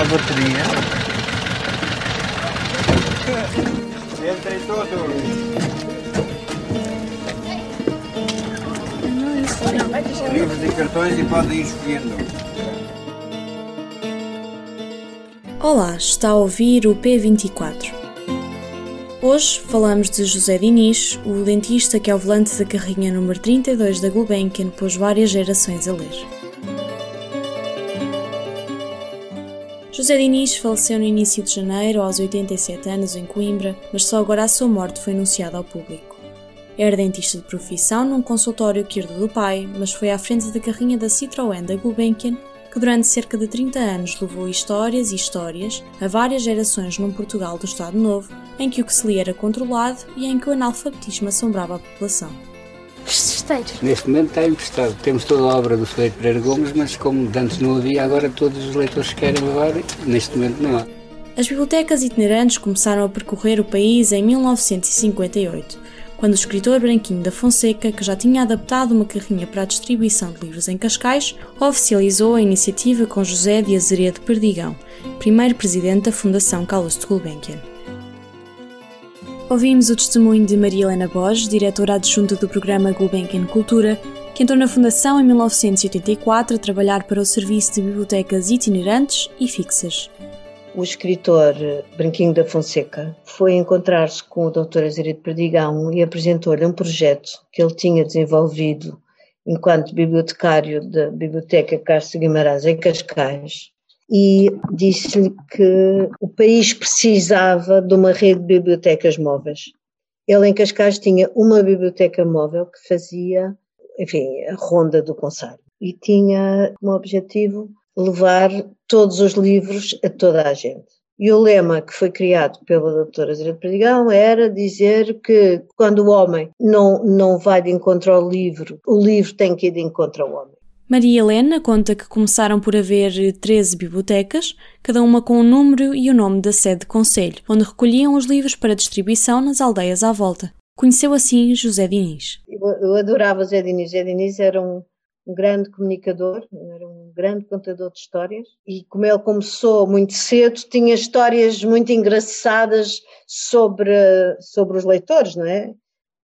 a bateria. Entrem todos. Livros e cartões e podem ir escolhendo. Olá, está a ouvir o P24. Hoje falamos de José Diniz, o dentista que ao volante da carrinha número 32 da Gulbenkian pôs várias gerações a ler. José Diniz faleceu no início de janeiro, aos 87 anos, em Coimbra, mas só agora a sua morte foi anunciada ao público. Era dentista de profissão num consultório que herdou do pai, mas foi à frente da carrinha da Citroën da Gulbenkian, que durante cerca de 30 anos levou histórias e histórias a várias gerações num Portugal do Estado Novo, em que o que se lia era controlado e em que o analfabetismo assombrava a população. Os cesteiros. Neste momento está emprestado. Temos toda a obra do Celeiro Pereira Gomes, mas como antes não havia, agora todos os leitores querem levar, neste momento não há. As bibliotecas itinerantes começaram a percorrer o país em 1958, quando o escritor Branquinho da Fonseca, que já tinha adaptado uma carrinha para a distribuição de livros em Cascais, oficializou a iniciativa com José de Azeredo Perdigão, primeiro presidente da Fundação Calouste de Gulbenkian. Ouvimos o testemunho de Maria Helena Borges, diretora adjunta do programa Gulbenkian Cultura, que entrou na Fundação em 1984 a trabalhar para o serviço de bibliotecas itinerantes e fixas. O escritor Branquinho da Fonseca foi encontrar-se com o Dr. Azeredo Perdigão e apresentou-lhe um projeto que ele tinha desenvolvido enquanto bibliotecário da Biblioteca Castro Guimarães em Cascais e disse-lhe que o país precisava de uma rede de bibliotecas móveis. Ele em Cascais tinha uma biblioteca móvel que fazia, a ronda do concelho e tinha como objetivo levar todos os livros a toda a gente. E o lema que foi criado pela doutora Azeredo Perdigão era dizer que quando o homem não vai de encontro ao livro, o livro tem que ir de encontro ao homem. Maria Helena conta que começaram por haver 13 bibliotecas, cada uma com um número e o nome da sede de concelho, onde recolhiam os livros para distribuição nas aldeias à volta. Conheceu assim José Diniz. Eu adorava José Diniz. José Diniz era um grande comunicador, era um grande contador de histórias e como ele começou muito cedo, tinha histórias muito engraçadas sobre os leitores, não é?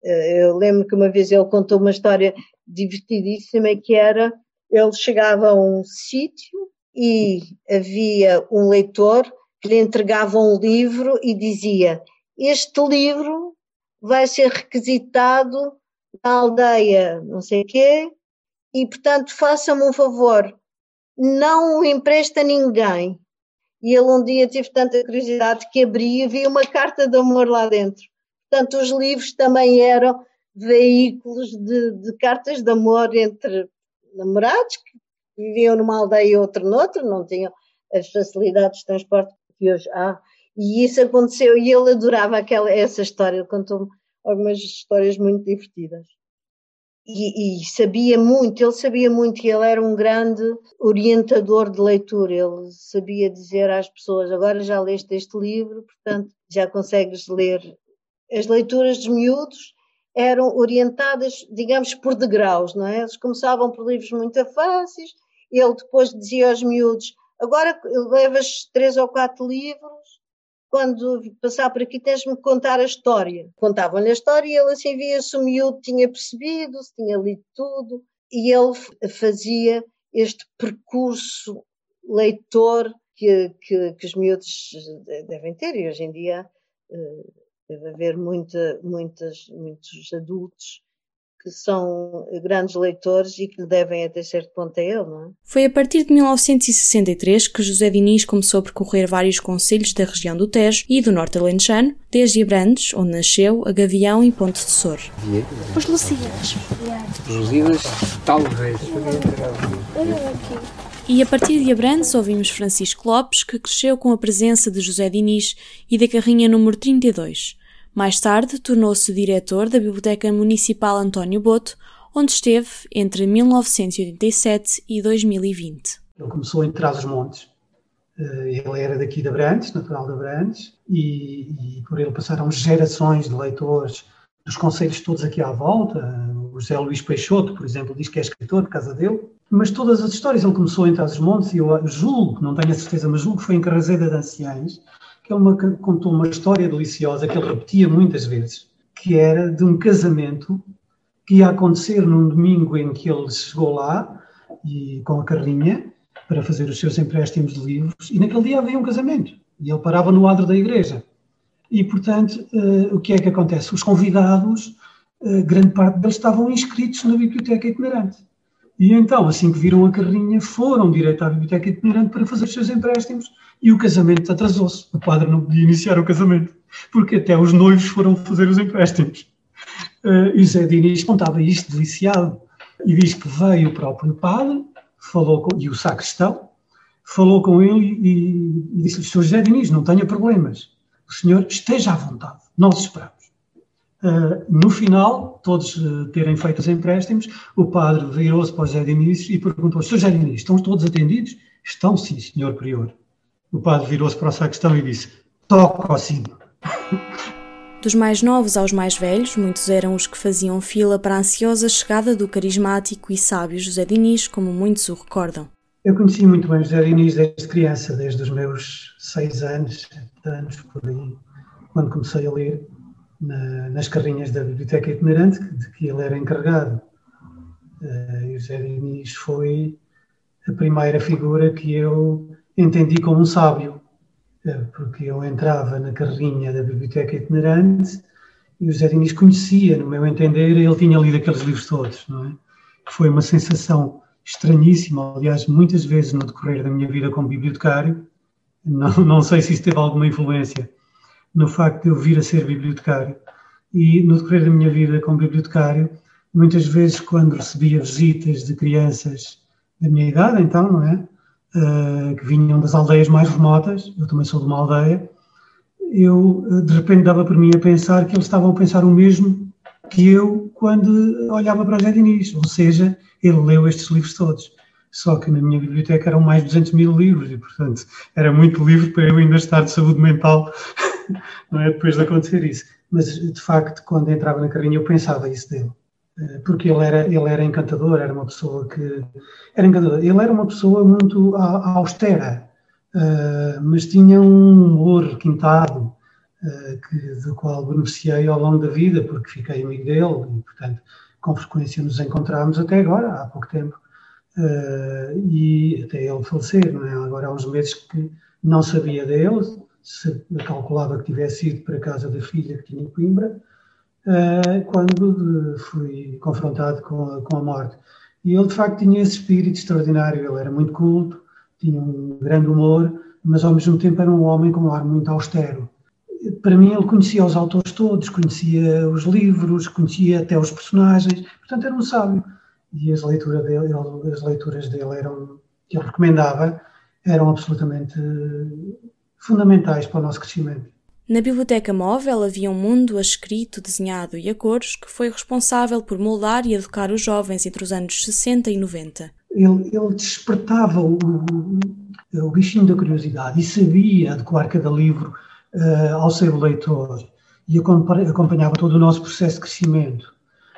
Eu lembro que uma vez ele contou uma história divertidíssima que era, ele chegava a um sítio e havia um leitor que lhe entregava um livro e dizia: este livro vai ser requisitado na aldeia não sei quê, e, portanto, faça-me um favor, não o empresta a ninguém. E ele um dia teve tanta curiosidade que abria e via uma carta de amor lá dentro. Portanto, os livros também eram veículos de cartas de amor entre namorados que viviam numa aldeia e outro noutra, não tinham as facilidades de transporte que hoje há. E isso aconteceu e ele adorava essa história, ele contou-me algumas histórias muito divertidas. E sabia muito, e ele era um grande orientador de leitura, ele sabia dizer às pessoas: agora já leste este livro, portanto já consegues ler. As leituras dos miúdos eram orientadas, digamos, por degraus, não é? Eles começavam por livros muito fáceis, ele depois dizia aos miúdos: agora levas 3 ou 4 livros, quando passar por aqui tens-me que contar a história. Contavam-lhe a história e ele assim via se o miúdo tinha percebido, se tinha lido tudo. E ele fazia este percurso leitor que os miúdos devem ter. E hoje em dia deve haver muitos adultos que são grandes leitores e que devem até certo ponto a ele, não é? Foi a partir de 1963 que José Diniz começou a percorrer vários concelhos da região do Tejo e do Norte Alentejano, desde Abrantes, onde nasceu, a Gavião e Ponte de Sor. Os Lusíadas. Os Lusíadas, talvez. E a partir de Abrantes ouvimos Francisco Lopes, que cresceu com a presença de José Diniz e da carrinha número 32. Mais tarde, tornou-se diretor da Biblioteca Municipal António Boto, onde esteve entre 1987 e 2020. Ele começou em Trás-os-Montes. Ele era daqui de Abrantes, natural de Abrantes, e por ele passaram gerações de leitores dos concelhos todos aqui à volta. O José Luís Peixoto, por exemplo, diz que é escritor por causa dele. mas todas as histórias, ele começou em Trás-os-Montes, e eu julgo, não tenho a certeza, mas julgo que foi em Carraseda de Anciães, que ele contou uma história deliciosa que ele repetia muitas vezes, que era de um casamento que ia acontecer num domingo em que ele chegou lá, e com a carrinha, para fazer os seus empréstimos de livros, e naquele dia havia um casamento, e ele parava no adro da igreja. E, portanto, o que é que acontece? Os convidados, grande parte deles estavam inscritos na biblioteca itinerante. E então, assim que viram a carrinha, foram direto à biblioteca itinerante para fazer os seus empréstimos, e o casamento atrasou-se. O padre não podia iniciar o casamento, porque até os noivos foram fazer os empréstimos. E José Diniz contava isto deliciado, e diz que veio o próprio padre, e o sacristão, falou com ele e disse-lhe: Sr. José Diniz, não tenha problemas, o senhor esteja à vontade, nós esperamos. No final, todos terem feito os empréstimos, o padre virou-se para o José Diniz e perguntou: Sr. José Diniz, estão todos atendidos? Estão sim, senhor prior. O padre virou-se para o sacristão e disse: toca ao sino. Dos mais novos aos mais velhos, muitos eram os que faziam fila para a ansiosa chegada do carismático e sábio José Diniz, como muitos o recordam. Eu conheci muito bem José Diniz desde criança, desde os meus 6 anos, 7 anos, por aí, quando comecei a ler nas carrinhas da biblioteca itinerante, de que ele era encarregado. E José Diniz foi a primeira figura que eu entendi como um sábio, porque eu entrava na carrinha da biblioteca itinerante e o José Diniz conhecia, no meu entender, ele tinha lido aqueles livros todos, não é? Foi uma sensação estranhíssima, aliás, muitas vezes no decorrer da minha vida como bibliotecário, não sei se isso teve alguma influência no facto de eu vir a ser bibliotecário, e no decorrer da minha vida como bibliotecário, muitas vezes quando recebia visitas de crianças da minha idade, então, não é? Que vinham das aldeias mais remotas, eu também sou de uma aldeia, eu de repente dava por mim a pensar que eles estavam a pensar o mesmo que eu quando olhava para o José Diniz, ou seja, ele leu estes livros todos, só que na minha biblioteca eram mais de 200 mil livros e, portanto, era muito livro para eu ainda estar de saúde mental, não é, depois de acontecer isso. Mas, de facto, quando entrava na carrinha eu pensava isso dele. Porque ele era encantador, era uma pessoa que... Era encantador. Ele era uma pessoa muito austera, mas tinha um humor requintado, do qual beneficiei ao longo da vida, porque fiquei amigo dele e, portanto, com frequência nos encontramos até agora, há pouco tempo, e até ele falecer, não é? Agora há uns meses que não sabia dele, se calculava que tivesse ido para a casa da filha que tinha em Coimbra, quando fui confrontado com a morte. E ele, de facto, tinha esse espírito extraordinário. Ele era muito culto, tinha um grande humor, mas, ao mesmo tempo, era um homem com um ar muito austero. Para mim, ele conhecia os autores todos, conhecia os livros, conhecia até os personagens. Portanto, era um sábio. E as leituras dele que ele recomendava eram absolutamente fundamentais para o nosso crescimento. Na biblioteca móvel havia um mundo a escrito, desenhado e a cores que foi responsável por moldar e educar os jovens entre os anos 60 e 90. Ele despertava o bichinho da curiosidade e sabia adequar cada livro ao seu leitor e acompanhava todo o nosso processo de crescimento.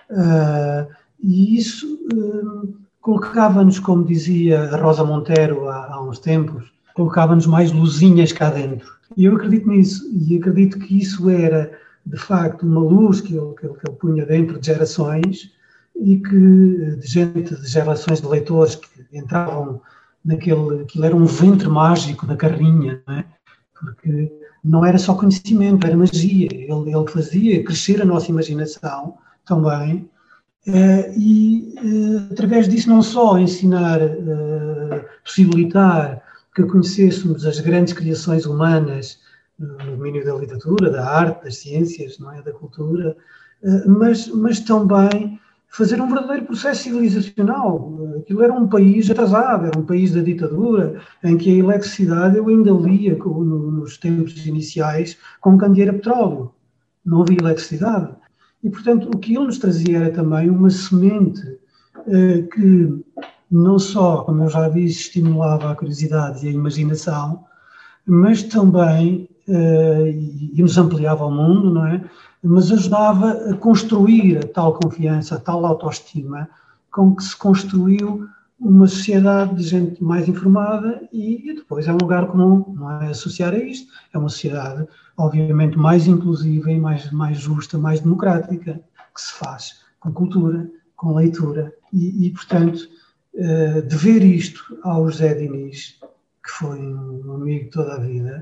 E isso colocava-nos, como dizia a Rosa Monteiro há uns tempos, colocava-nos mais luzinhas cá dentro. E eu acredito nisso, e acredito que isso era, de facto, uma luz que ele punha dentro de gerações e que de gerações de leitores que entravam aquilo era um ventre mágico da carrinha, não é? Porque não era só conhecimento, era magia. Ele fazia crescer a nossa imaginação também e, através disso, não só ensinar, possibilitar que conhecêssemos as grandes criações humanas no domínio da literatura, da arte, das ciências, não é, da cultura, mas também fazer um verdadeiro processo civilizacional. Aquilo era um país atrasado, era um país da ditadura, em que a eletricidade eu ainda lia nos tempos iniciais com candeeiro a petróleo. Não havia eletricidade. E, portanto, o que ele nos trazia era também uma semente que não só, como eu já disse, estimulava a curiosidade e a imaginação, mas também, e nos ampliava o mundo, não é? Mas ajudava a construir a tal confiança, a tal autoestima, com que se construiu uma sociedade de gente mais informada e depois é um lugar comum, não é associar a isto, é uma sociedade obviamente mais inclusiva e mais justa, mais democrática, que se faz com cultura, com leitura e portanto, de ver isto ao José Diniz, que foi um amigo de toda a vida,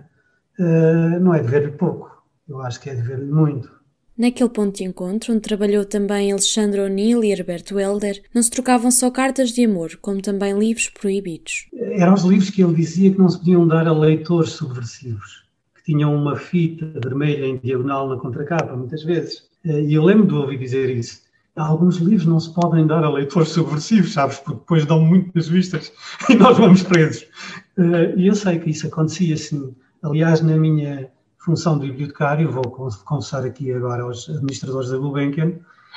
não é de ver-lhe pouco, eu acho que é de ver-lhe muito. Naquele ponto de encontro, onde trabalhou também Alexandre O'Neill e Herberto Helder, não se trocavam só cartas de amor, como também livros proibidos. Eram os livros que ele dizia que não se podiam dar a leitores subversivos, que tinham uma fita vermelha em diagonal na contracapa, muitas vezes. E eu lembro de ouvir dizer isso. Alguns livros não se podem dar a leitores subversivos, sabes, porque depois dão muitas vistas e nós vamos presos. E eu sei que isso acontecia assim. Aliás, na minha função de bibliotecário, vou confessar aqui agora aos administradores da Gulbenkian,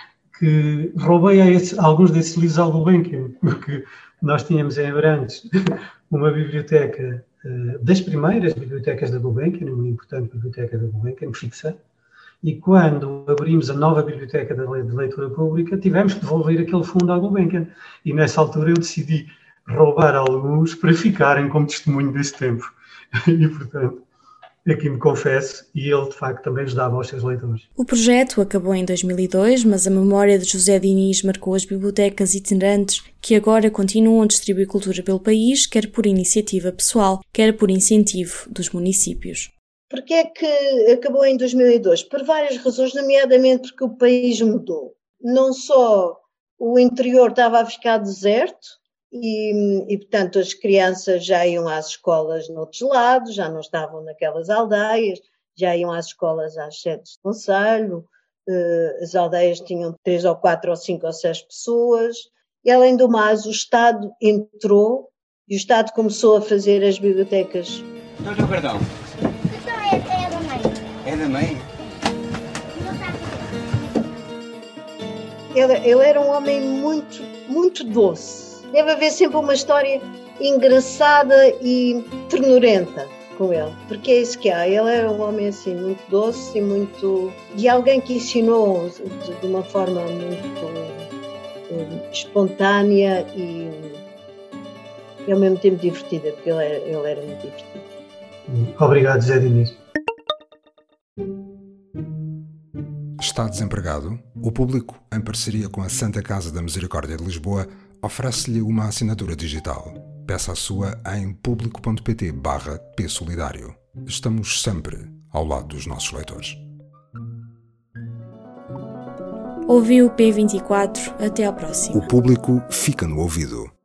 que roubei alguns desses livros ao Gulbenkian, porque nós tínhamos em Abrantes uma biblioteca, das primeiras bibliotecas da Gulbenkian, uma importante biblioteca da Gulbenkian, fixa, e quando abrimos a nova biblioteca de leitura pública, tivemos que devolver aquele fundo à Gulbenkian. E nessa altura eu decidi roubar alguns para ficarem como testemunho desse tempo. E, portanto, aqui me confesso, e ele, de facto, também ajudava aos seus leitores. O projeto acabou em 2002, mas a memória de José Diniz marcou as bibliotecas itinerantes que agora continuam a distribuir cultura pelo país, quer por iniciativa pessoal, quer por incentivo dos municípios. Porquê é que acabou em 2002? Por várias razões, nomeadamente porque o país mudou. Não só o interior estava a ficar deserto, e, portanto, as crianças já iam às escolas noutros lados, já não estavam naquelas aldeias, já iam às escolas às sedes de concelho, as aldeias tinham 3 ou 4 ou 5 ou 6 pessoas, e além do mais o Estado entrou e o Estado começou a fazer as bibliotecas. Doutor Perdão. É da mãe. É da mãe? Ele era um homem muito, muito doce. Deve haver sempre uma história engraçada e ternurenta com ele, porque é isso que há. Ele era um homem assim muito doce e muito... e alguém que ensinou de uma forma muito espontânea e ao mesmo tempo divertida, porque ele era muito divertido. Obrigado, José Diniz. Está desempregado? O Público, em parceria com a Santa Casa da Misericórdia de Lisboa, oferece-lhe uma assinatura digital. Peça a sua em público.pt/psolidário. Estamos sempre ao lado dos nossos leitores. Ouviu o P24. Até à próxima. O Público fica no ouvido.